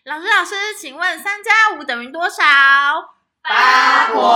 老师，请问3+5等于多少八婆。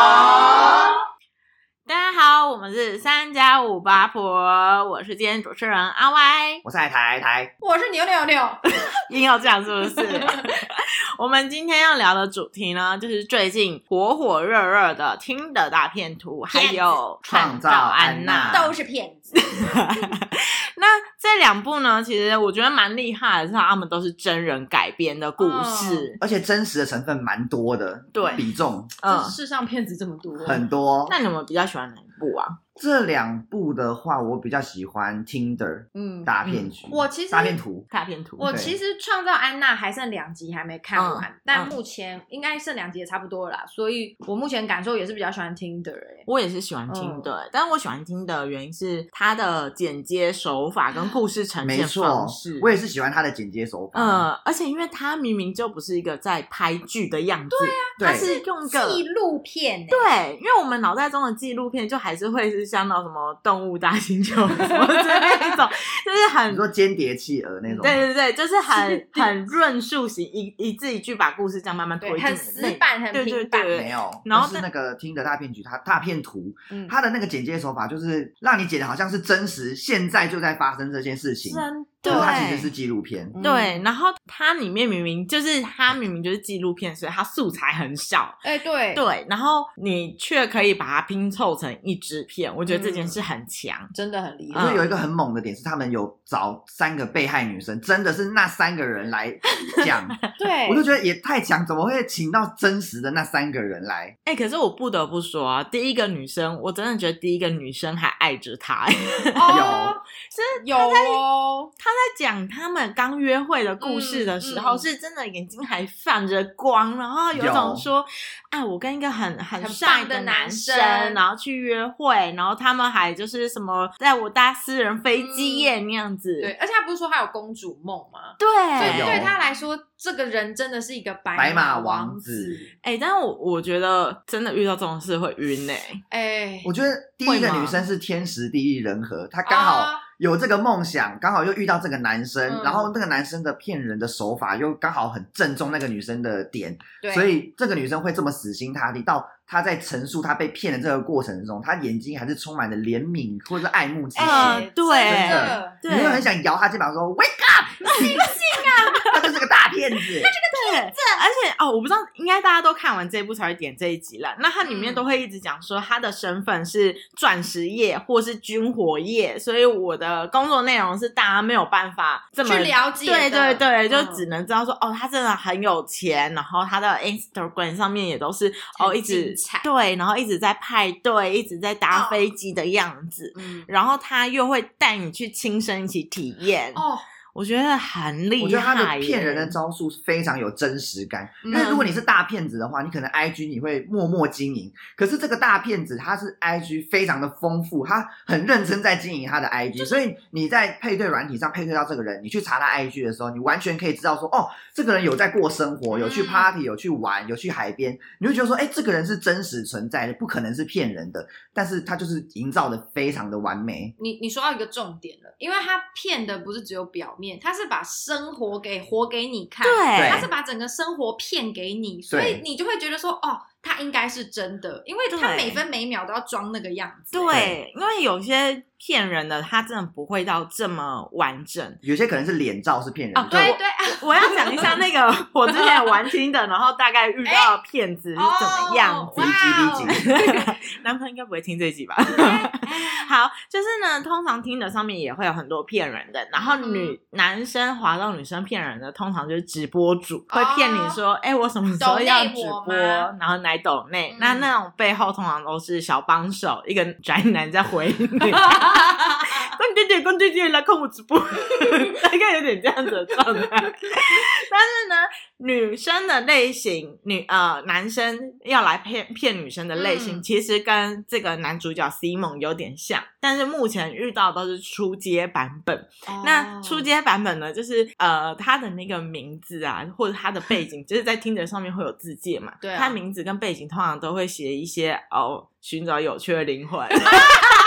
大家好，我们是3+5八婆，我是今天主持人阿歪， 我是台， 我是牛， 硬要这样是不是？我们今天要聊的主题呢，就是最近火热的Tinder大骗图，还有创造安娜， 都是骗子。 那这两部呢，其实我觉得蛮厉害的，是他们都是真人改编的故事， 而且真实的成分蛮多的， 对， 比重， 世上骗子这么多， 很多。 那你们比较喜欢哪一部啊？ 这两部的话，我比较喜欢 Tinder 大骗局， 我其实大骗图， 我其实创造安娜还剩2集还没看完，但目前应该剩2集也差不多了啦，所以我目前感受也是比较喜欢 Tinder 我也是喜欢 Tinder，但是我喜欢 Tinder的原因是它的剪接手法跟故事呈现方式， 我也是喜欢它的剪接手法。 而且因为它明明就不是一个在拍剧的样子， 对啊， 它是用一个纪录片， 对，因为我们脑袋中的纪录片就还是会是像到什么动物大星球什么之类那种，就是很你说间谍企鹅那种， 对，就是很论述型，一字一句把故事这样慢慢推进， 很死板，很平板， 没有。然后是那个听的大骗局，它大骗图，它的那个剪接手法就是让你剪的好像是真实，现在就在发生这件事情。 对， 它其实是纪录片， 对，然后它里面明明就是纪录片，所以它素材很少，对，然后你却可以把它拼凑成一支片，我觉得这件事很强， 真的很厉害。 我觉得有一个很猛的点是，他们有找3个被害女生，真的是那3个人来讲， 对， 我就觉得也太强，怎么会请到真实的那3个人来？ 可是我不得不说啊，第一个女生，我真的觉得第一个女生还爱着他， 有哦， 他在讲他们刚约会的故事的时候，是真的眼睛还泛着光，然后有种说，我跟一个很帅的男生，然后去约会，然后他们还就是什么，在我搭私人飞机耶那样子。 对，而且他不是说他有公主梦吗？ 对， 所以对他来说，这个人真的是一个白马王子。 但是我觉得真的遇到这种事会晕我觉得第一个女生是天时地利人和，她刚好有这个梦想，刚好又遇到这个男生，然后那个男生的骗人的手法又刚好很正中那个女生的点，所以这个女生会这么死心塌地，到她在陈述她被骗的这个过程中，她眼睛还是充满了怜悯或者爱慕之心。 对， 你会很想摇她肩膀说 Wake up， 醒醒啊，他就是个大骗子，他是个骗子。而且我不知道，应该大家都看完这一部才会点这一集了。那它里面都会一直讲说他的身份是钻石业或是军火业，所以我的工作内容是大家没有办法这么去了解的。 对，就只能知道说他真的很有钱，然后他的 Instagram 上面也都是一直对，然后一直在派对，一直在搭飞机的样子，然后他又会带你去亲身一起体验我觉得很厉害。 我觉得他的骗人的招数非常有真实感，因为如果你是大骗子的话，你可能 IG 你会默默经营，可是这个大骗子他是 IG 非常的丰富，他很认真在经营他的 IG，所以你在配对软体上配对到这个人，你去查他 IG 的时候，你完全可以知道说这个人有在过生活，有去 party， 有去玩，有去海边，你会觉得说这个人是真实存在的，不可能是骗人的，但是他就是营造的非常的完美。 你说到一个重点了，因为他骗的不是只有表面，他是把生活活给你看， 对， 他是把整个生活骗给你，所以你就会觉得说他应该是真的，因为他每分每秒都要装那个样子。 对，因为有些骗人的他真的不会到这么完整， 有些可能是脸照是骗人的。 对， 我要讲一下那个我之前有玩听的，然后大概遇到的骗子是怎么样子。男朋友应该不会听这集吧？好，就是呢，通常听的上面也会有很多骗人的，然后男生滑到女生骗人的，通常就是直播主会骗你说，我什么时候要直播，然后来抖内，那种背后通常都是小帮手，一个宅男在回你。关姐姐来看我直播，大概有点这样子的状态。但是呢，女生的类型，男生要来骗女生的类型，其实跟这个男主角 Simon 有点像，但是目前遇到都是初阶版本。那初阶版本呢，就是他的那个名字啊，或者他的背景，就是在Tinder上面会有自介嘛， 对， 他名字跟背景通常都会写一些寻找有趣的灵魂。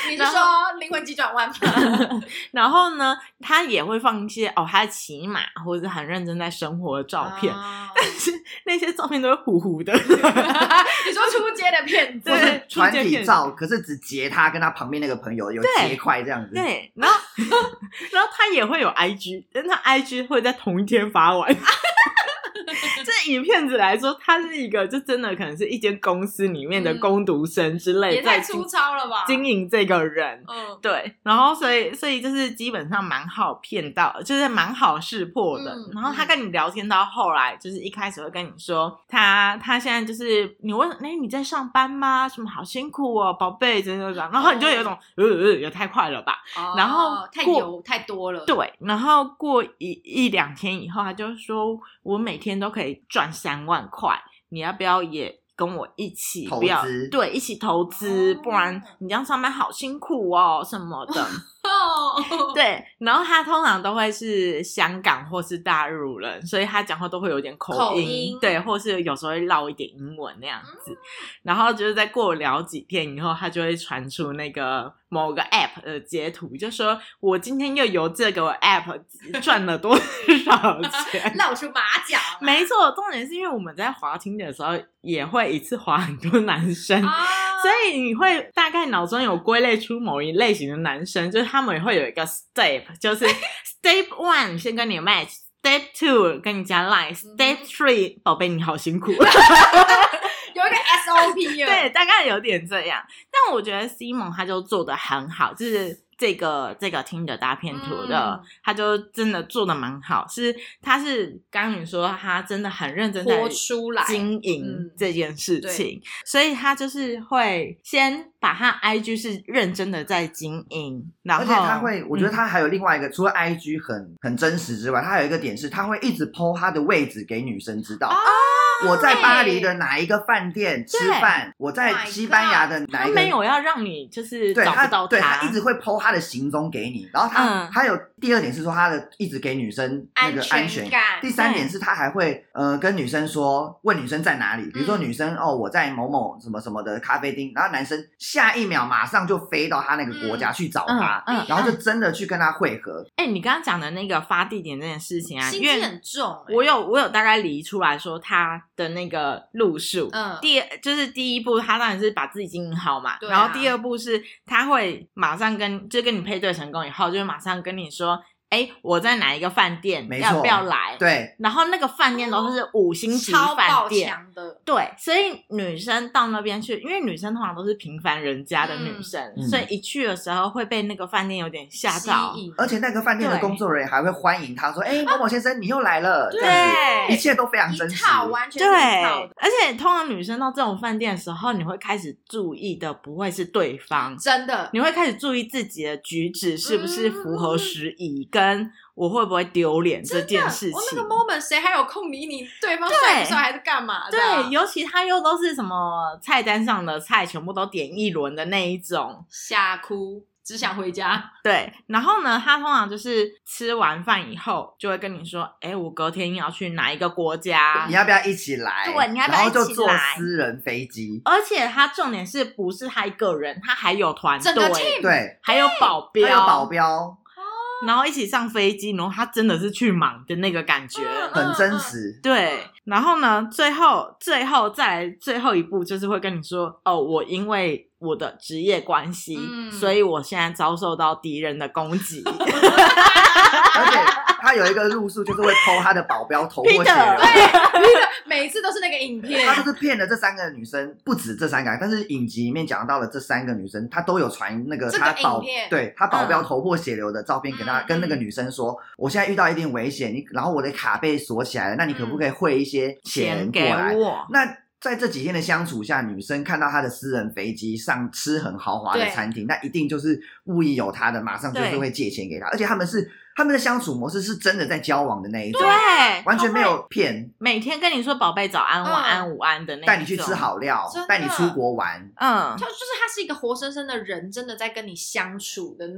你是说灵魂急转弯吗？ 然后呢，他也会放一些他骑马或者是很认真在生活的照片，但是那些照片都是糊糊的。 你说出街的骗子， 对，团体照，可是只截他跟他旁边那个朋友有截块这样子。 对，然后他也会有 IG， 但他 IG 会在同一天发完。这以骗子来说，他是一个就真的可能是一间公司里面的工读生之类， 也太粗糙了吧？ 经营这个人，对，然后所以就是基本上蛮好骗到，就是蛮好识破的。然后他跟你聊天到后来，就是一开始会跟你说，他现在就是你问，你在上班吗？什么好辛苦哦，宝贝，真的这样。然后你就有一种也太快了吧，然后太油太多了， 对，然后过一两天以后，他就说我每天都可以赚3万块，你要不要也跟我一起投资？ 对，一起投资，不然你这样上班好辛苦哦什么的。对，然后他通常都会是香港或是大陆人，所以他讲话都会有点口音，对，或是有时候会唠一点英文那样子。然后就是在过聊几天以后，他就会传出那个某个 app 的截图，就说我今天又由这个 app 赚了多少钱， 露出马脚。 没错，重点是因为我们在滑听的时候也会一次滑很多男生，所以你会大概脑中有归类出某一类型的男生，就是他们也会有一个 step， 就是 step 1 先跟你 match，step 2 跟你加 line，step 3 宝贝你好辛苦。 有一个 SOP 了。 对，大概有点这样。但我觉得 Simon 他就做得很好，就是这个听的大片图的，他就真的做得蛮好。他是刚你说他真的很认真在经营这件事情，所以他就是会先把他 IG 是认真的在经营，然后而且他会，我觉得他还有另外一个，除了 IG 很真实之外，他还有一个点是他会一直 po 他的位置给女生知道。我在巴黎的哪一个饭店吃饭，我在西班牙的哪一个， 他没有要让你就是找不到他， 对，他一直会 po 他的行踪给你。然后他有第二点是说他的一直给女生那个安全感。第三点是他还会跟女生说，问女生在哪里，比如说女生我在某某什么什么的咖啡厅，然后男生下一秒马上就飞到他那个国家去找他，然后就真的去跟他会合。 你刚刚讲的那个发地点这件事情啊， 心机很重。 我有大概理出来说他的那个路数，就是第一步他当然是把自己经营好嘛，然后第二步是他会马上跟你配对成功以后，就会马上跟你说我在哪一个饭店，要不要来？ 对， 然后那个饭店都是5星级饭店， 超爆强的。 对，所以女生到那边去，因为女生通常都是平凡人家的女生，所以一去的时候会被那个饭店有点吓到， 而且那个饭店的工作人员还会欢迎他说：“某某先生，你又来了。” 对， 一切都非常真实， 完全是一套的。 而且通常女生到这种饭店的时候，你会开始注意的不会是对方， 真的， 你会开始注意自己的举止是不是符合时宜，跟我会不会丢脸这件事情。 我那个 moment 谁还有空理你对方帅不帅还是干嘛的？ 对，尤其他又都是什么菜单上的菜全部都点一轮的那一种， 吓哭，只想回家。 对，然后呢，他通常就是吃完饭以后就会跟你说，我隔天要去哪一个国家， 你要不要一起来？ 对，你要不要一起来？ 然后就坐私人飞机。 而且他重点是不是他一个人，他还有团队， 整个 team， 对， 还有保镖， 还有保镖。 然后一起上飞机，然后他真的是去忙的那个感觉， 很真实。 对，然后呢，最后再来最后一步就是会跟你说，我因为我的职业关系，所以我现在遭受到敌人的攻击。 而且他有一个路数，就是会po他的保镖头破血流， 对，每一次都是那个影片。 他就是骗了这3个女生，不止这3个，但是影集里面讲到了这3个女生，他都有传那个他对他保镖头破血流的照片给他，跟那个女生说，我现在遇到一点危险，然后我的卡被锁起来了，那你可不可以汇一些钱过来？ 给我。 那在这几天的相处下，女生看到他的私人飞机上吃很豪华的餐厅，那一定就是故意有他的，马上就是会借钱给他，而且他们的相处模式是真的在交往的那一种， 对， 完全没有骗， 每天跟你说宝贝早安、晚安、午安的那种， 带你去吃好料，带你出国玩， 就是他是一个活生生的人，真的在跟你相处的那个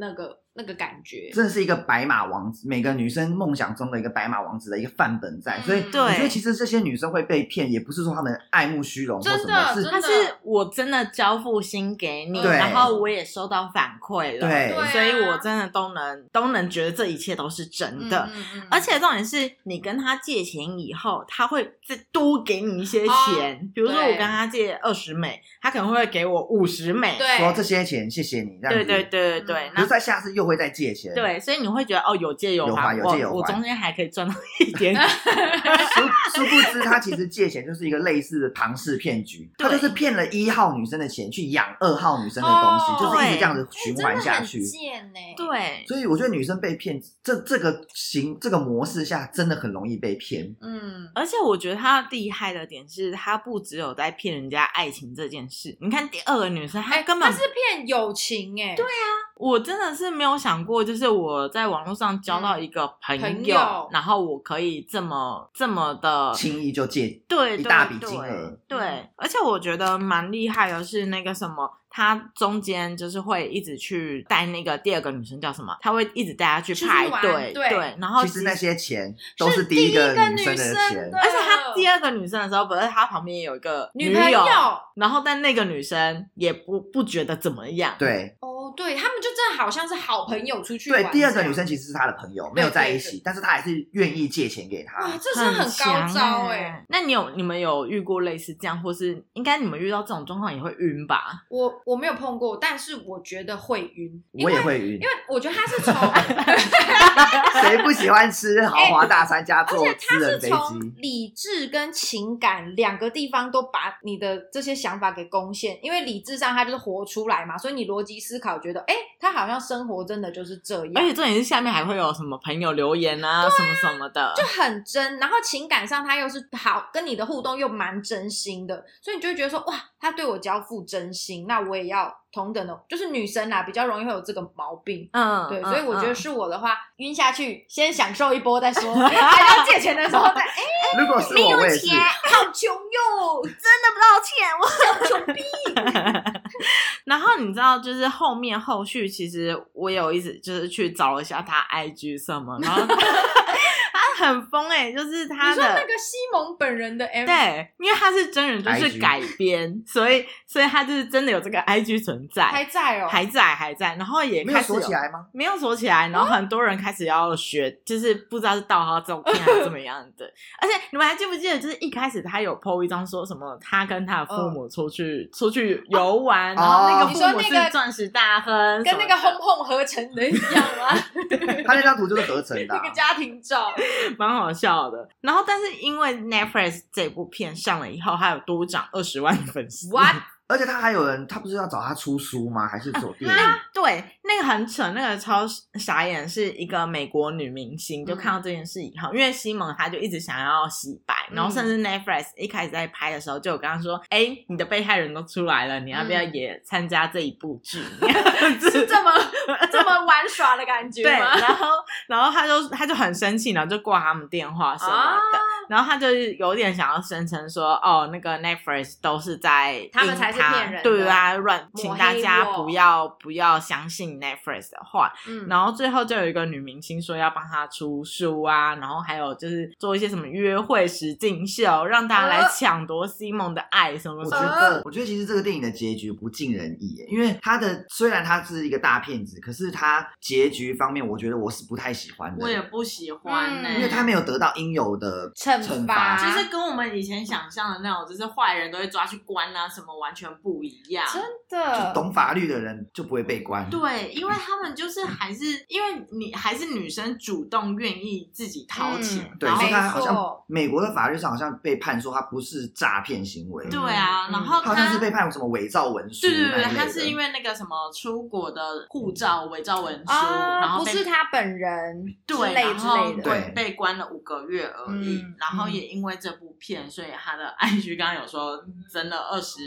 那个感觉， 真的是一个白马王子，每个女生梦想中的一个白马王子的一个范本在，所以我觉得其实这些女生会被骗，也不是说她们爱慕虚荣或什么，是她是我真的交付心给你，然后我也收到反馈了， 对， 所以我真的都能觉得这一切都是真的，而且重点是你跟他借钱以后，他会再多给你一些钱，比如说我跟他借20美，他可能会给我50美， 说这些钱谢谢你，这样子， 对， 可是在下次又会再借钱， 对，所以你会觉得有借有还，我中间还可以赚到一点殊不知他其实借钱就是一个类似的庞氏骗局，他就是骗了1号女生的钱去养2号女生的东西，就是一直这样子循环下去， 对， 所以我觉得女生被骗这个模式下真的很容易被骗， 而且我觉得他厉害的点是他不只有在骗人家爱情这件事，你看第2个女生她根本她是骗友情对啊，我真的是没有想过，就是我在网络上交到一个朋友，然后我可以这么的轻易就借一大笔金额， 对，而且我觉得蛮厉害的是那个什么，他中间就是会一直去带那个第2个女生叫什么，他会一直带她去排队，对，然后其实那些钱都是第一个女生的钱， 而且他第2个女生的时候，不是他旁边也有一个女朋友， 然后但那个女生也不觉得怎么样， 对。 对，他们就真的好像是好朋友出去玩。 对，第2个女生其实是他的朋友，没有在一起，但是他还是愿意借钱给他。 哇，这是很高招那你们有遇过类似这样，或是应该你们遇到这种状况也会晕吧？ 我没有碰过，但是我觉得会晕。 我也会晕， 因为我觉得他是从谁不喜欢吃豪华大餐加坐私人飞机？ 而且他是从理智跟情感2个地方都把你的这些想法给攻陷，因为理智上他就是活出来嘛，所以你逻辑思考觉得他好像生活真的就是这样， 而且重点是下面还会有什么朋友留言啊什么什么的， 就很真，然后情感上他又是好，跟你的互动又蛮真心的，所以你就会觉得说哇，他对我交付真心，那我也要同等的，就是女生啦比较容易会有这个毛病，对，所以我觉得是我的话，晕下去先享受一波再说，还要借钱的时候再如果是我也是， 好穷哟， 真的不知道钱，我小穷逼。然后你知道，就是后续其实我有一直就是去找一下他 IG 什么，然后他很疯就是他的， 你说那个西蒙本人的 MV， 对，因为他是真人就是改编，所以他就是真的有这个 IG 存在， 还在还在，然后也开始没有锁起来吗？ 没有锁起来，然后很多人开始要学，就是不知道是盗号照片还是怎么样的。而且你们还记不记得，就是一开始他有 po 一张说什么，他跟他的父母出去游玩，然后那个父母是钻石大亨， 跟那个轰轰合成的一样吗？ 他那张图就是合成的， 那个家庭照， 蛮好笑的。然后，但是因为 Netflix 这部片上了以后，他有多涨20万粉丝。 What？ 而且他还有人，他不是要找他出书吗？还是做电影？ 对，那个很扯，那个超傻眼，是一个美国女明星，就看到这件事以后，因为西蒙他就一直想要洗白，然后甚至 Netflix 一开始在拍的时候就有跟他说，你的被害人都出来了，你要不要也参加这一部剧？ 是这么玩耍的感觉吗？ 对，然后他就很生气，然后就挂他们电话什么的，然后他就有点想要声称说，那个 Netflix 都是在他们才是骗人的， 对啊，请大家不要相信 Netflix 的话，然后最后就有一个女明星说要帮他出书啊，然后还有就是做一些什么约会实境秀，让大家来抢夺 Simon 的爱什么什么。 我觉得其实这个电影的结局不尽人意耶，因为虽然他是一个大骗子，可是他结局方面我觉得我是不太喜欢的。 我也不喜欢因为他没有得到应有的惩罚， 就是跟我们以前想象的那种就是坏人都会抓去关啊什么完全不一样， 真的， 就懂法律的人就不会被关。 对，因为他们就是还是因为你还是女生主动愿意自己掏钱， 对，所以他好像美国的法律上好像被判说他不是诈骗行为。 对啊，然后好像是被判什么伪造文书。 对，他是因为那个什么出国的护照伪造文书，然后不是他本人对之类的， 对，被关了5个月而已。 然后也因为这部片，所以他的 IG 刚刚有说增了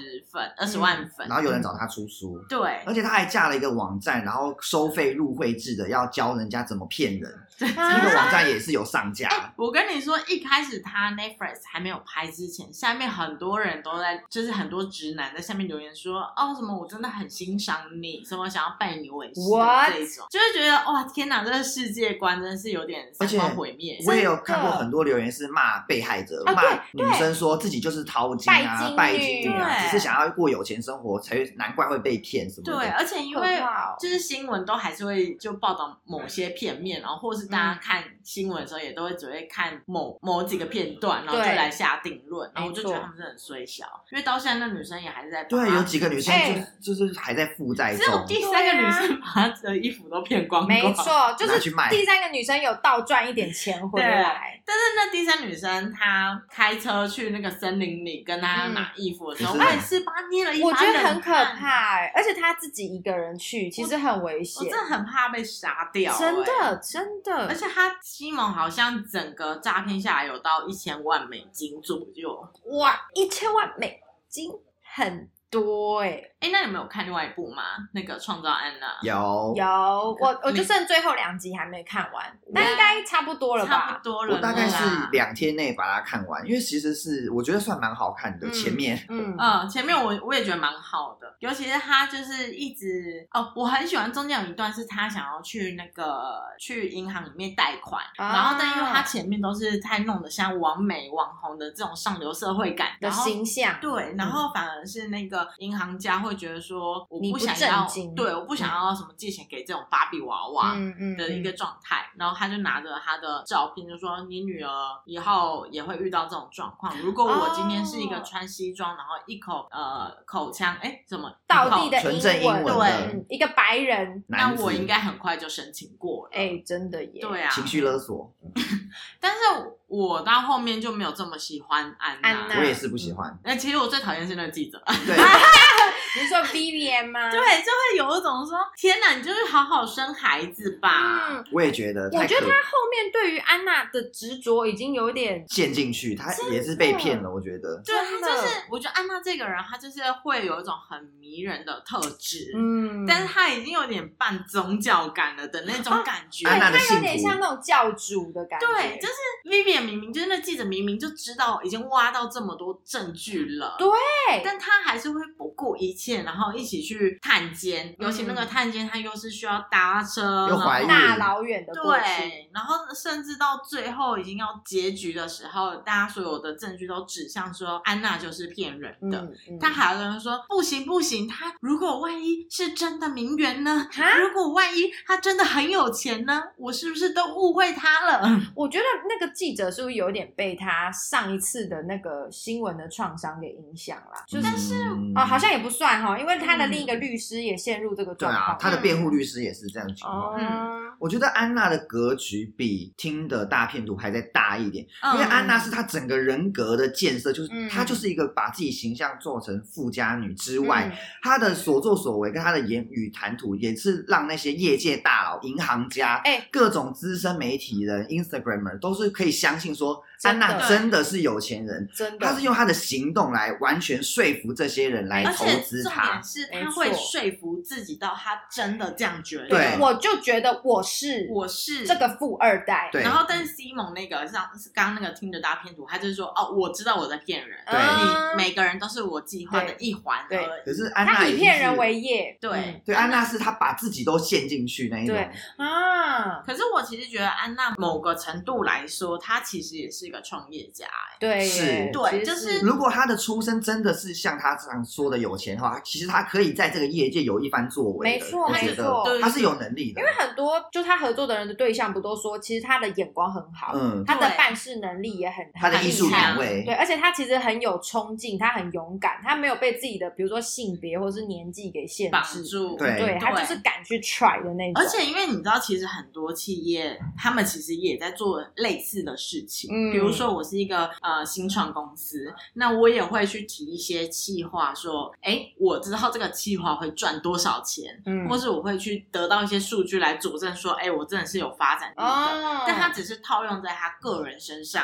20万粉， 然后有人找他出书， 对， 而且他还架了一个网站，然后收费入会制的，要教人家怎么骗人。那个网站也是有上架。 我跟你说，一开始他 Netflix 还没有拍之前，下面很多人都在，就是很多直男在下面留言说，哦，什么我真的很欣赏你，什么想要拜你为师这一种，就会觉得哇，天哪，这个世界观真的是有点三观毁灭。 我也有看过很多留言是骂被害者，骂女生说自己就是淘金啊、拜金女啊，只是想要过有钱生活，才难怪会被骗什么的。 对，而且因为就是新闻都还是会就报道某些片面，然后或是大家看新闻的时候也都会只会看某几个片段，然后就来下定论，然后我就觉得他们真的很衰小，因为到现在那女生也还是在对，有几个女生就是还在负债中， 只有第三个女生把她的衣服都骗光光， 没错，就是第三个女生有倒赚一点钱回来， 但是那第三女生她开车去那个森林里跟她拿衣服的时候，我也是帮她捏了一把冷汗， 我觉得很可怕而且她自己一个人去，其实很危险， 我真的很怕被杀掉， 真的， 而且他西蒙好像整个诈骗下来有到$1000万左右， 哇，$1000万很多那你们有看另外一部吗？那个创造安娜有， 我就剩最后2集还没看完，但应该差不多了吧？ 差不多了， 我大概是2天内把它看完，因为其实是我觉得算蛮好看的，前面我也觉得蛮好的，尤其是他就是一直我很喜欢中间有一段是他想要去去银行里面贷款，然后但因为他前面都是太弄得像网美网红的这种上流社会感的形象， 对，然后反而是那个银行家会觉得说我不想要，对，我不想要什么借钱给这种芭比娃娃的一个状态，然后他就拿着他的照片就说你女儿以后也会遇到这种状况，如果我今天是一个穿西装然后一口口腔什么道地的纯正英文对，一个白人， 那我应该很快就申请过了， 真的耶， 对啊， 情绪勒索。 但是我到后面就没有这么喜欢安娜， 我也是不喜欢。 其实我最讨厌是那个记者， 对， 你是说 Vivian 吗？ 对，就会有一种说天哪，你就是好好生孩子吧。 我也觉得， 我觉得他后面对于安娜的执着已经有点陷进去，他也是被骗了。我觉得， 对，他就是我觉得安娜这个人，他就是会有一种很迷人的特质，但是他已经有点半宗教感了的那种感觉， 安娜的他有点像那种教主的感觉， 对，就是 Vivian 明明就是那记者明明就知道已经挖到这么多证据了， 对， 但他还是会不顾一切，然后一起去探监，尤其那个探监他又是需要搭车， 又怀孕， 大老远的过去， 对，然后甚至到最后已经要结局的时候，大家所有的证据都指向说安娜就是骗人的，他还有人说不行，他如果万一是真的名媛呢？如果万一他真的很有钱呢？我是不是都误会他了？ 我觉得那个记者是不是有点被他上一次的那个新闻的创伤给影响啦？ 但是好像也不算因为他的另一个律师也陷入这个状况， 对啊，他的辩护律师也是这样情况。我觉得安娜的格局比听的大骗图还再大一点，因为安娜是她整个人格的建设，就是她就是一个把自己形象做成富家女之外，她的所作所为跟她的言语谈吐也是让那些业界大佬、银行家、各种资深媒体人、Instagrammer 都是可以相信说安娜真的是有钱人，真的，她是用她的行动来完全说服这些人来投资她， 而且重点是她会说服自己到她真的这样觉得， 对， 我就觉得我是这个富二代， 然后但是 Simon 那个像刚刚那个听的大片图，他就是说我知道我在骗人， 对， 你每个人都是我计划的一环而已， 可是安娜他以骗人为业， 对，安娜是她把自己都陷进去那一种， 可是我其实觉得安娜某个程度来说，她其实也是一个创业家， 对， 是， 对，就是如果她的出身真的是像她这样说的有钱的话，其实她可以在这个业界有一番作为的， 没错， 我觉得她是有能力的， 因为很多就他合作的人的对象不都说，其实他的眼光很好，他的办事能力也很， 他的艺术品味， 对，而且他其实很有冲劲，他很勇敢，他没有被自己的比如说性别或是年纪给限制绑住， 对，他就是敢去 try 的那种。 而且因为你知道，其实很多企业他们其实也在做类似的事情，比如说我是一个新创公司，那我也会去提一些企划，说，我知道这个企划会赚多少钱，或是我会去得到一些数据来佐证说，我真的是有发展力的，但他只是套用在他个人身上而已。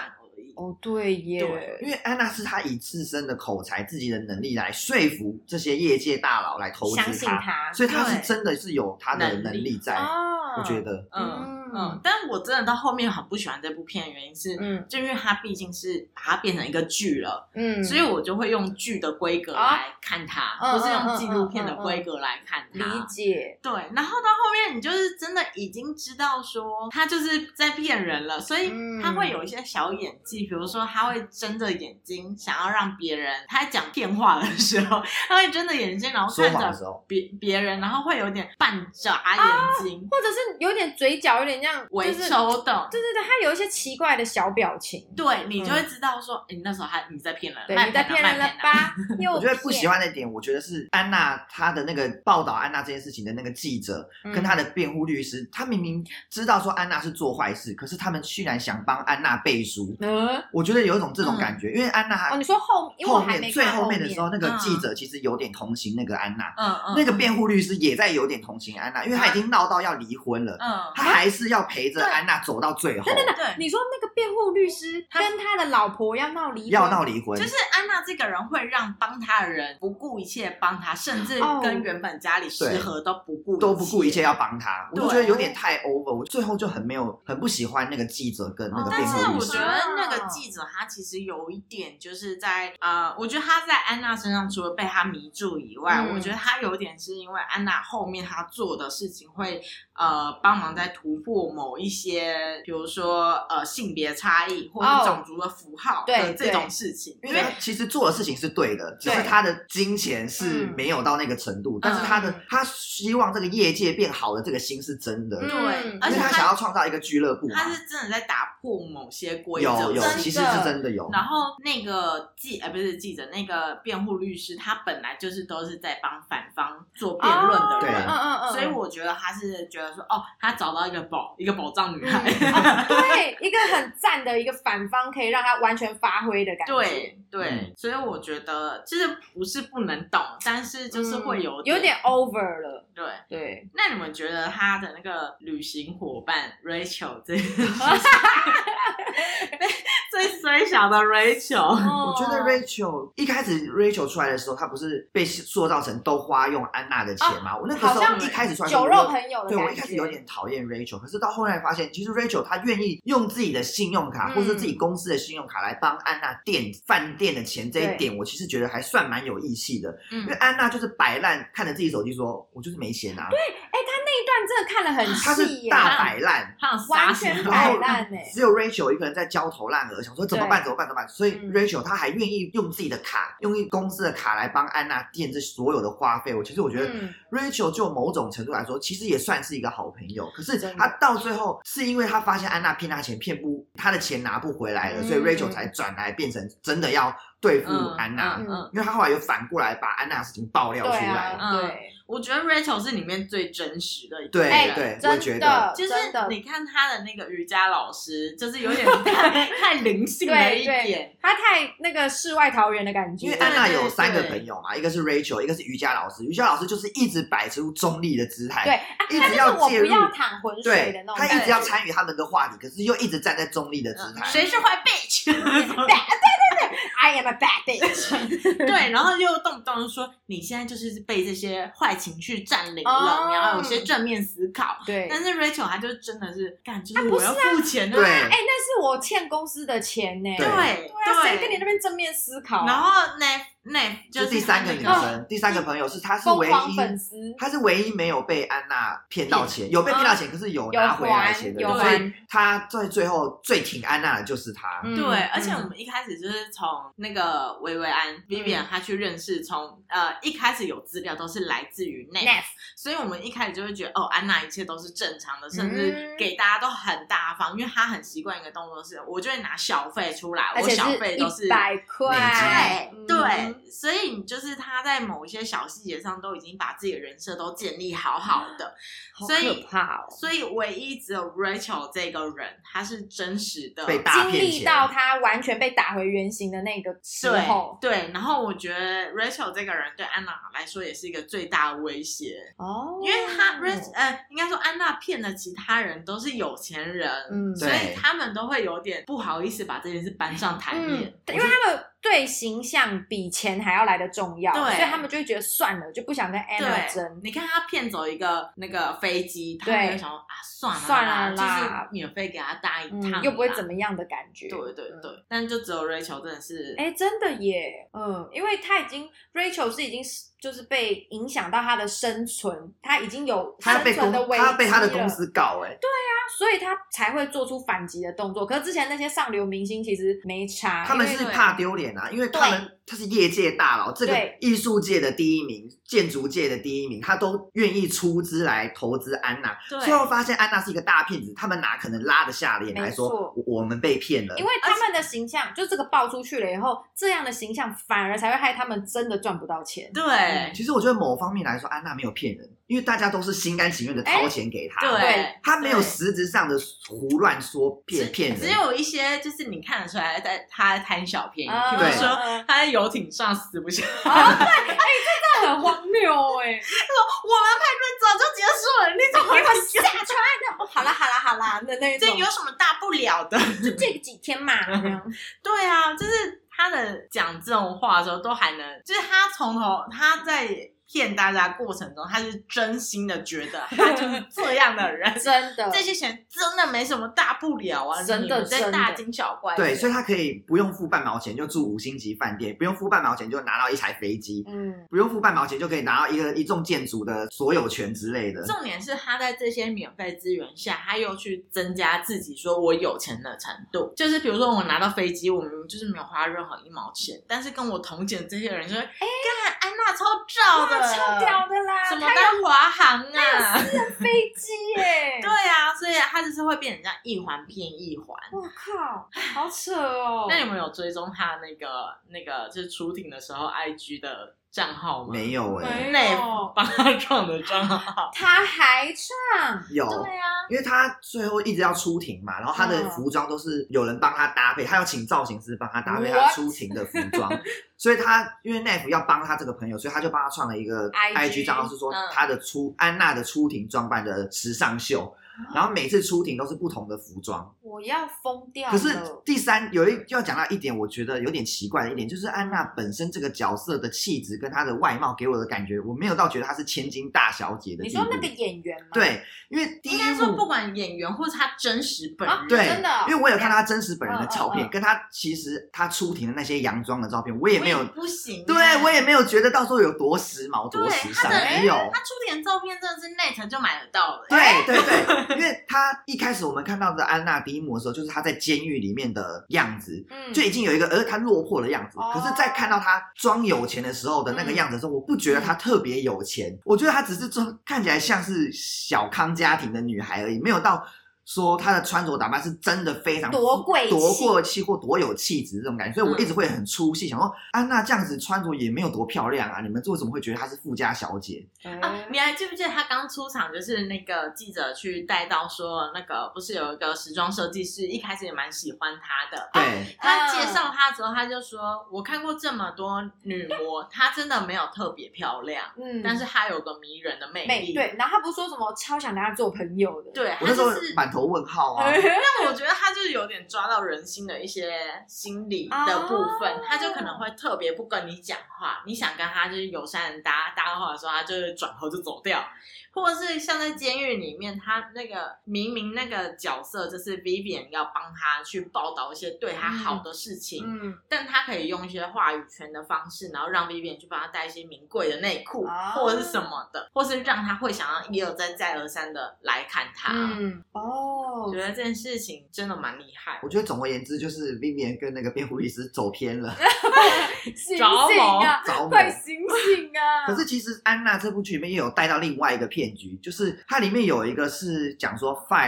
力。 哦，对耶， 对， 因为安娜是她以自身的口才、自己的能力来说服这些业界大佬来投资相信她， 所以她是真的是有她的能力在，我觉得， 但我真的到后面很不喜欢这部片的原因是，就因为它毕竟是把它变成一个剧了，所以我就会用剧的规格来看它，不是用纪录片的规格来看它。 理解。 对，然后到后面你就是真的已经知道说他就是在骗人了，所以他会有一些小演技，比如说他会睁着眼睛想要让别人，他在讲骗话的时候，他会睁着眼睛，然后看着别人，然后会有点半眨眼睛， 或者是有点嘴角有点这样微抽动， 对对对，他有一些奇怪的小表情， 对你就会知道说，你那时候你在骗人， 对，你在骗人了吧？ 我觉得不喜欢的点，我觉得是安娜她的那个报道安娜这件事情的那个记者跟她的辩护律师，他明明知道说安娜是做坏事，可是他们居然想帮安娜背书，我觉得有一种这种感觉，因为安娜你说后面最后面的时候，那个记者其实有点同情那个安娜，那个辩护律师也在有点同情安娜，因为他已经闹到要离婚了，他还是要陪着安娜走到最后。 对，你说那个辩护律师跟他的老婆要闹离婚， 就是安娜这个人会让帮他的人不顾一切帮他，甚至跟原本家里失和都不顾一切要帮他，我就觉得有点太 over， 我最后就很不喜欢那个记者跟那个辩护律师。 但是我觉得那个记者他其实有一点就是在我觉得他在安娜身上除了被他迷住以外，我觉得他有点是因为安娜后面他做的事情会帮忙在突破某一些比如说性别差异或者种族的符号的这种事情， 因为他其实做的事情是对的，只是他的金钱是没有到那个程度，但是他希望这个业界变好的这个心是真的， 对， 而且他想要创造一个俱乐部， 他是真的在打破某些规则， 有其实是真的有。 然后那个不是记者，那个辩护律师，他本来就是都是在帮反方做辩论的人，所以我觉得他是觉得说，他找到一个宝藏女孩， 对，一个很赞的一个反方，可以让他完全发挥的感觉， 对，所以我觉觉得就是不是不能懂，但是就是会有点 over 了。 对，那你们觉得他的那个旅行伙伴 Rachel 这最衰小的 Rachel， 我觉得 Rachel 一开始 Rachel 出来的时候，她不是被塑造成都花用安娜的钱吗？我那个时候一开始出来酒肉朋友的感觉， 对，我一开始有点讨厌 Rachel， 可是到后来发现，其实 Rachel 她愿意用自己的信用卡或是自己公司的信用卡来帮安娜饭店的钱，这一点我其实觉得还算蛮有义气的，因为安娜就是摆烂看着自己手机说，我就是没钱啊。 对，他那一段真的看得很细， 他是大摆烂， 完全摆烂只有 Rachel 一个人在焦头烂额，想说怎么办？所以 Rachel 她还愿意用自己的卡，用公司的卡来帮安娜垫这所有的花费。其实我觉得 Rachel 就某种程度来说，其实也算是一个好朋友。可是他到最后是因为他发现安娜骗他钱，他的钱拿不回来了，所以 Rachel 才转来变成真的要对付安娜，因为他后来又反过来把安娜的事情爆料出来。 对， 我觉得 Rachel 是里面最真实的一个人。对，我觉得就是你看他的那个瑜伽老师，就是有点太灵性了一点， 他太那个世外桃源的感觉。 因为安娜有3个朋友嘛，一个是 Rachel， 一个是瑜伽老师。瑜伽老师就是一直摆出中立的姿态， 对， 一直要介入， 我不要淌浑水的那种感觉， 他一直要参与他们的话题，可是又一直站在中立的姿态。 谁是坏 bitch？ 对 ，I am a bad bitch 。 对，然后又动不动说你现在就是被这些坏情绪占领了，你要有些正面思考。 对， 但是 Rachel 她就真的是就是我要付钱的， 对， 那是我欠公司的钱呢。 对啊， 谁跟你那边正面思考？ 然后Neve 就是第3个女生，第3个朋友她是唯一粉丝， 她是唯一没有被安娜骗到钱，有被骗到钱，可是有拿回来钱的，所以她在最后最挺安娜的就是她。 对，而且我们一开始就是从那个薇薇安 Vivian 她去认识，从一开始有资料都是来自于 Neve， 所以我们一开始就会觉得安娜一切都是正常的，甚至给大家都很大方，因为她很习惯一个动作是，我就会拿小费出来，我小费都是 100块， 对， 对，所以你就是他在某一些小细节上都已经把自己的人设都建立好好的， 好可怕哦。 所以唯一只有 Rachel 这个人，他是真实的被大骗钱， 经历到他完全被打回原形的那个时候。 对，然后我觉得 Rachel 这个人对安娜来说也是一个最大的威胁哦， 因为他应该说安娜骗的其他人都是有钱人，所以他们都会有点不好意思把这件事搬上台面， 因为他们对形象比钱还要来的重要，所以他们就会觉得算了，就不想跟 Anna 争。 你看他骗走一个那个飞机，他们就想说算了啦，就是免费给他搭一趟， 又不会怎么样的感觉。 对，但就只有 Rachel 真的是， 真的耶，因为他Rachel 是已经就是被影响到他的生存，他已经有生存的危机了， 他被他的公司告对啊，所以他才会做出反击的动作。可是之前那些上流明星其实没差， 他们是怕丢脸啊，因为他是业界大佬，这个艺术界的第一名，建筑界的第一名，他都愿意出资来投资安娜。最后发现安娜是一个大骗子，他们哪可能拉得下脸来说我们被骗了？ 因为他们的形象就这个爆出去了以后，这样的形象反而才会害他们真的赚不到钱。 对， 其实我觉得某方面来说，安娜没有骗人，因为大家都是心甘情愿的掏钱给他。 对， 他没有实质上的胡乱说骗人。 只有一些就是你看得出来他在贪小便宜，比如说他在游艇上死不下。 对，这真的很荒谬他说我们派对早就结束了，你怎么会下船的？好啦的那种， 这有什么大不了的？ 就这个几天嘛。 对啊，就是他的讲这种话的时候都还能，就是他从头他在骗大家过程中，他是真心的觉得他就是这样的人， 真的， 这些钱真的没什么大不了啊， 真的在大惊小怪。 对，所以他可以不用付半毛钱就住5星级饭店，不用付半毛钱就拿到一台飞机，不用付半毛钱就可以拿到一栋建筑的所有权之类的。 重点是他在这些免费资源下，他又去增加自己说我有钱的程度，就是比如说我拿到飞机，我明明就是没有花任何1毛钱，但是跟我同捡这些人就说，干安娜超照的。 超屌的啦！ 什么当华航啊？ 他有私人飞机耶！ 对啊，所以他就是会变成这样一环骗一环。 我靠，好扯哦！ 那你们有追踪他那个就是出庭的时候 IG 的账号吗？ 没有帮他创的账号， 他还创有对啊， 因为他最后一直要出庭嘛，然后他的服装都是有人帮他搭配，他要请造型师帮他搭配他出庭的服装，所以他因为 Neff 要帮他这个朋友，所以他就帮他创了一个 IG 账号，是说他的安娜的出庭装扮的时尚秀。然后每次出庭都是不同的服装， 我要疯掉了。 可是第三要讲到一点，我觉得有点奇怪的一点，就是安娜本身这个角色的气质跟她的外貌给我的感觉，我没有到觉得她是千金大小姐的地步。 你说那个演员吗？ 对，因为第一幕应该说不管演员或是她真实本人， 对， 真的， 因为我有看她真实本人的照片，跟她其实她出庭的那些洋装的照片，我也没有不行， 对我也没有觉得到时候有多时髦多时尚，没有。 她出庭的照片真的是 Net 就买得到了， 对，因为她一开始我们看到的安娜第一幕的时候，就是她在监狱里面的样子，就已经有一个她落魄的样子。可是，在看到她装有钱的时候的那个样子的时候，我不觉得她特别有钱，我觉得她只是看起来像是小康家庭的女孩而已，没有到说她的穿着打扮是真的非常多贵气或多有气质这种感觉，所以我一直会很出戏，想说安娜这样子穿着也没有多漂亮啊，你们为什么会觉得她是富家小姐你还记不记得她刚出场，就是那个记者去带到说，那个不是有一个时装设计师，一开始也蛮喜欢她的， 对， 他介绍她之后，他就说，我看过这么多女模，她真的没有特别漂亮，但是她有个迷人的魅力， 对，然后他不是说什么超想跟她做朋友的， 对， 我那时候满头问号啊。 但我觉得他就是有点抓到人心的一些心理的部分，他就可能会特别不跟你讲话，你想跟他就是友善人搭话的时候，他就会转头就走掉。或者是像在监狱里面，他那个明明那个角色就是 Vivian 要帮他去报道一些对他好的事情，但他可以用一些话语权的方式，然后让 Vivian 去帮他带一些名贵的内裤，或者是什么的，或是让他会想要一而再再而三的来看他。我觉得这件事情真的蛮厉害。 我觉得总而言之，就是 Vivian 跟那个辩护律师走偏了， 醒醒啊，快醒醒啊！ 可是其实安娜这部剧里面也有带到另外一个骗局，就是它里面有一个是讲说 Fire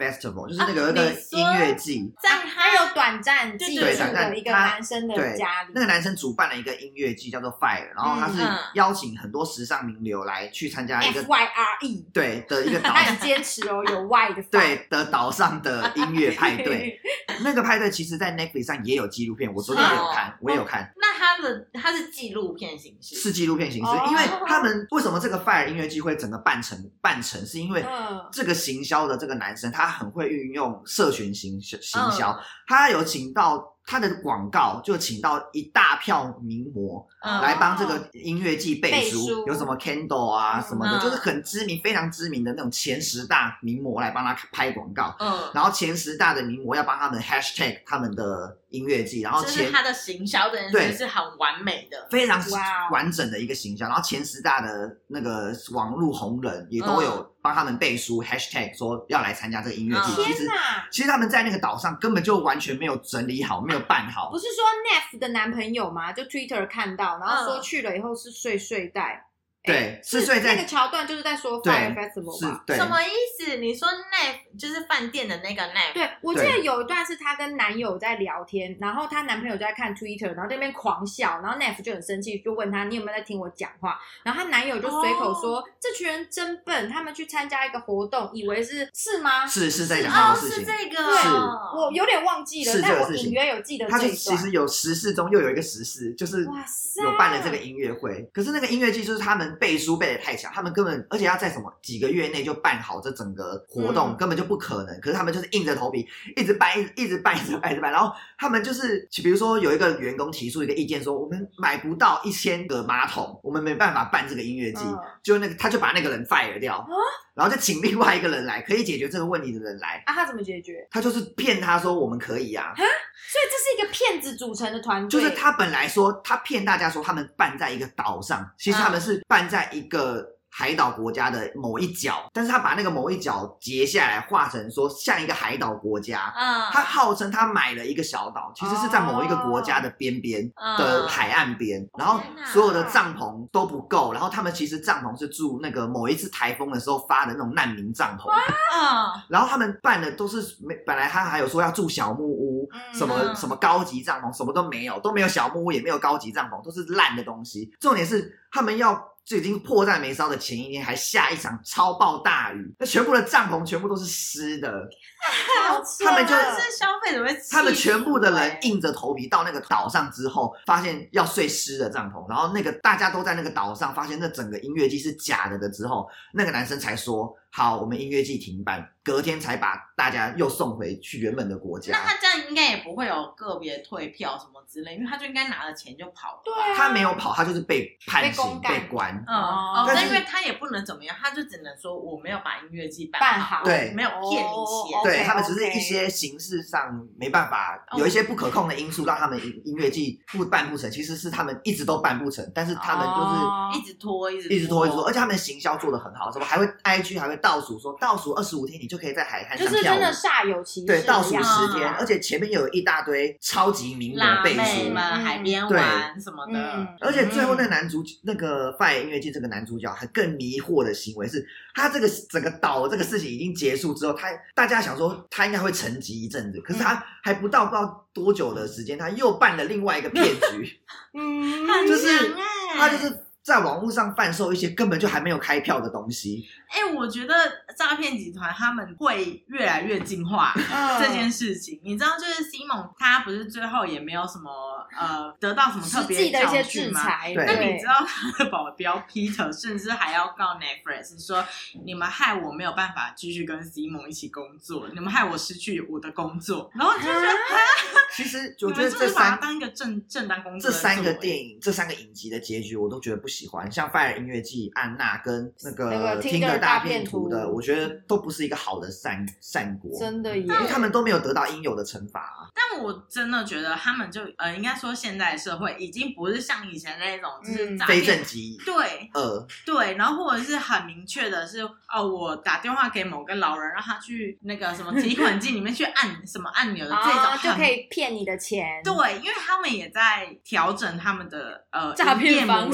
Festival， 就是那个有一个音乐季， 他有短暂寄住的一个男生的家里， 那个男生主办了一个音乐季叫做 Fire， 然后他是邀请很多时尚名流来去参加一个 FYRE 对的一个岛， 他很坚持哦，有 Y 的 Fire 对的岛上的音乐派对。那个派对其实在 Netflix 上也有纪录片，我昨天也有看，我也有看。 那它是纪录片形式， 是纪录片形式，因为他们为什么这个 Fire 音乐季会整个办成，是因为这个行销的这个男生他很会运用社群行销，他有请到他的广告就请到一大票名模来帮这个音乐季背书，有什么 Kendall 啊什么的，就是很知名非常知名的那种前10大名模来帮他拍广告，然后前10大的名模要帮他们 hashtag 他们的音乐季，然后就是他的行销的人是很完美的， 非常完整的一个行销，然后前10大的那个网络红人也都有帮他们背书 hashtag 说要来参加这个音乐季。其实他们在那个岛上根本就完全没有整理好，没有办好。 不是说 Neff 的男朋友吗？就 Twitter 看到，然后说去了以后是睡袋。 对，是睡在那个桥段，就是在说 Fire Festival 吧？ 对， 什么意思？你说 Neff 就是饭店的那个 Neff？ 对，我记得有一段是她跟男友在聊天，然后她男朋友就在看 Twitter， 然后在那边狂笑，然后 Neff 就很生气，就问他你有没有在听我讲话？然后她男友就随口说、这群人真笨，他们去参加一个活动，以为是吗？ 是在讲这个事情， 是这个， 对，我有点忘记了，但我隐约有记得这一段。 他其实有时事中又有一个时事，就是有办了这个音乐会，可是那个音乐季就是他们背书背得太强，他们根本而且要在什么几个月内就办好这整个活动，根本就不可能。可是他们就是硬着头皮一直办，一直办，然后他们就是比如说有一个员工提出一个意见说，我们买不到1000个马桶，我们没办法办这个音乐季，就他就把那个人 fire 掉，然后就请另外一个人来可以解决这个问题的人来。 他怎么解决？ 他就是骗他说我们可以啊， 所以这是一个骗子组成的团队。 就是他本来说他骗大家说他们办在一个岛上，其实他们是办在一个海岛国家的某一角，但是他把那个某一角截下来画成说像一个海岛国家，他号称他买了一个小岛，其实是在某一个国家的边边的海岸边，然后所有的帐篷都不够，然后他们其实帐篷是住那个某一次台风的时候发的那种难民帐篷，然后他们办的都是本来他还有说要住小木屋，什么高级帐篷什么都没有小木屋，也没有高级帐篷，都是烂的东西。重点是他们就已经迫在眉梢的前一天还下一场超暴大雨，那全部的帐篷全部都是湿的，他们就是消费者会， 他们全部的人硬着头皮到那个岛上之后，发现要睡湿的帐篷，然后那个大家都在那个岛上发现那整个音乐季是假的之后，那个男生才说好，我们音乐季停办，隔天才把大家又送回去原本的国家。 那他这样应该也不会有个别退票什么之类，因为他就应该拿了钱就跑了。 对他没有跑，他就是被判刑被关。 但因为他也不能怎么样，他就只能说我没有把音乐季办好， 对， 没有骗你钱。 对，他们只是一些形式上没办法，有一些不可控的因素让他们音乐季办不成，其实是他们一直都办不成，但是他们就是一直拖， 而且他们的行销做得很好，什么还会 IG 还会倒数说倒数25天你就可以在海滩上跳舞， 就是真的煞有其事。 对，倒数10天，而且前面又有一大堆超级名模背书， 海边玩什么的。 而且最后那个 Fire 音乐季这个男主角还更迷惑的行为是，他这个整个岛这个事情已经结束之后，大家想说他应该会沉寂一阵子，可是他还不知道多久的时间，他又办了另外一个骗局，就是他就是在网络上贩售一些根本就还没有开票的东西。 我觉得诈骗集团他们会越来越进化这件事情。你知道，就是 Simon 他不是最后也没有什么得到什么特别的一些制裁。 那你知道他的保镖 Peter 甚至还要告 Netflix 说，你们害我没有办法继续跟 Simon 一起工作，你们害我失去我的工作。然后就觉得其实我觉得这把它当一个正当工作。 这3个电影，这3个影集的结局我都觉得不喜欢，像 Fire 音乐季、安娜跟那个听的大片图的，我觉得都不是一个好的善果， 真的耶， 因为他们都没有得到应有的惩罚。 但我真的觉得他们就应该说现在的社会已经不是像以前那种就是非正极， 对，然后或者是很明确的是我打电话给某个老人让他去那个什么提款机里面去按什么按钮的这种就可以骗你的钱。 对，因为他们也在调整他们的诈骗模式。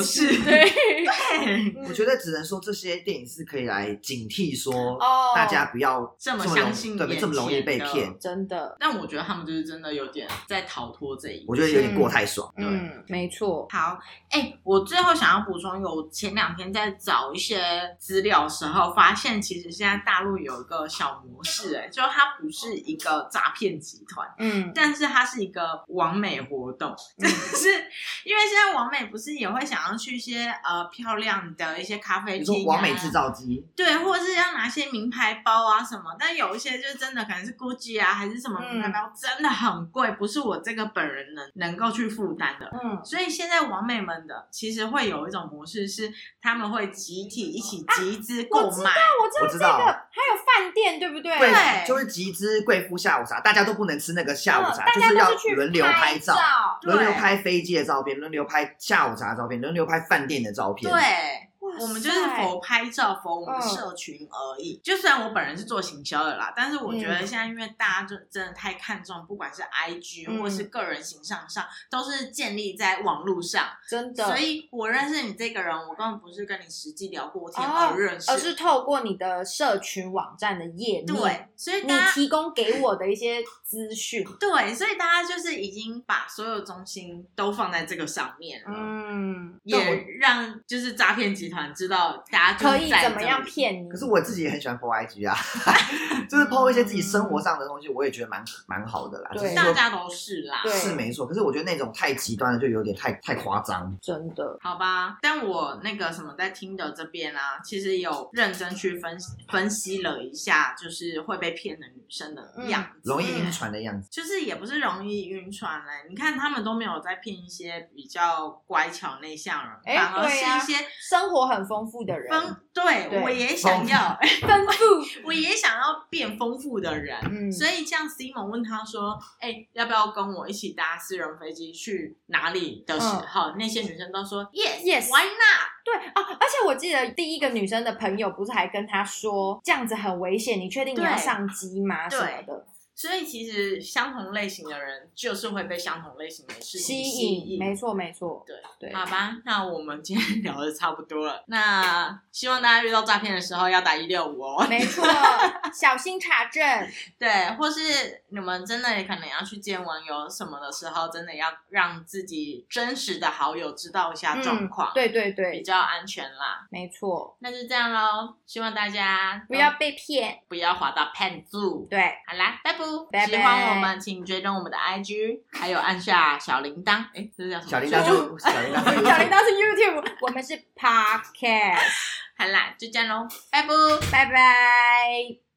对， 我觉得只能说这些电影是可以来警惕说，大家不要这么相信， 对，这么容易被骗， 真的。 但我觉得他们就是真的有点在逃脱这一步， 我觉得有点过太爽。 对，没错。 好，我最后想要补充，我前2天在找一些资料的时候，发现其实现在大陆有一个小模式，就它不是一个诈骗集团，但是它是一个网美活动，就是因为现在网美不是也会想要去一些漂亮的一些咖啡厅， 你说网美制造机， 对，或者是要拿一些名牌包啊什么，但有一些就是真的可能是 Gucci 啊，还是什么名牌包，真的很贵，不是我这个本人能够去负担的。所以现在网美们的其实会有一种模式是，他们会集体一起集资购买。 我知道这个，还有饭店对不对？ 对，就是集资贵妇下午茶，大家都不能吃那个下午茶，就是要轮流拍照，轮流拍飞机的照片，轮流拍下午茶的照片，轮流拍饭店的照片。 对。我们就是否拍照否我们社群而已，就虽然我本人是做行销的啦，但是我觉得现在因为大家就真的太看重，不管是 IG 或是个人形象上，都是建立在网络上， 真的。 所以我认识你这个人，我根本不是跟你实际聊过天而认识， 而是透过你的社群网站的页面， 对，所以你提供给我的一些资讯， 对，所以大家就是已经把所有中心都放在这个上面了，也让就是诈骗集团知道大家可以怎么样骗你。 可是我自己也很喜欢 po IG 啊，就是 po 一些自己生活上的东西，我也觉得蛮好的啦。 对，大家都是啦， 是没错。可是我觉得那种太极端了，就有点太夸张， 真的。 好吧，但我那个什么在Tinder这边啊，其实有认真去分析了一下，就是会被骗的女生的样子， 容易晕船的样子， 就是也不是容易晕船嘞。你看他们都没有在骗一些比较乖巧内向人，反而是一些生活很丰富的人。 对，我也想要丰富， 我也想要变丰富的人。所以像 Simon 问他说，要不要跟我一起搭私人飞机去哪里的时候，那些女生都说 yes why not。 对而且我记得第一个女生的朋友不是还跟她说这样子很危险，你确定你要上机吗？什么的。 所以其实相同类型的人就是会被相同类型的事情吸引， 没错没错。 对，好吧，那我们今天聊的差不多了，那希望大家遇到诈骗的时候要打165哦， 没错，小心查证。 对，或是你们真的也可能要去见网友什么的时候，真的要让自己真实的好友知道一下状况， 对， 比较安全啦。 没错， 那就这样咯，希望大家不要被骗， 不要滑到骗子。 对， 好啦，拜拜。 拜拜， 喜欢我们请追踪我们的 IG， 还有按下小铃铛。这是叫什么？ 小铃铛是 YouTube， 我们是 Podcast。 好啦，就这样咯，拜拜， 拜拜。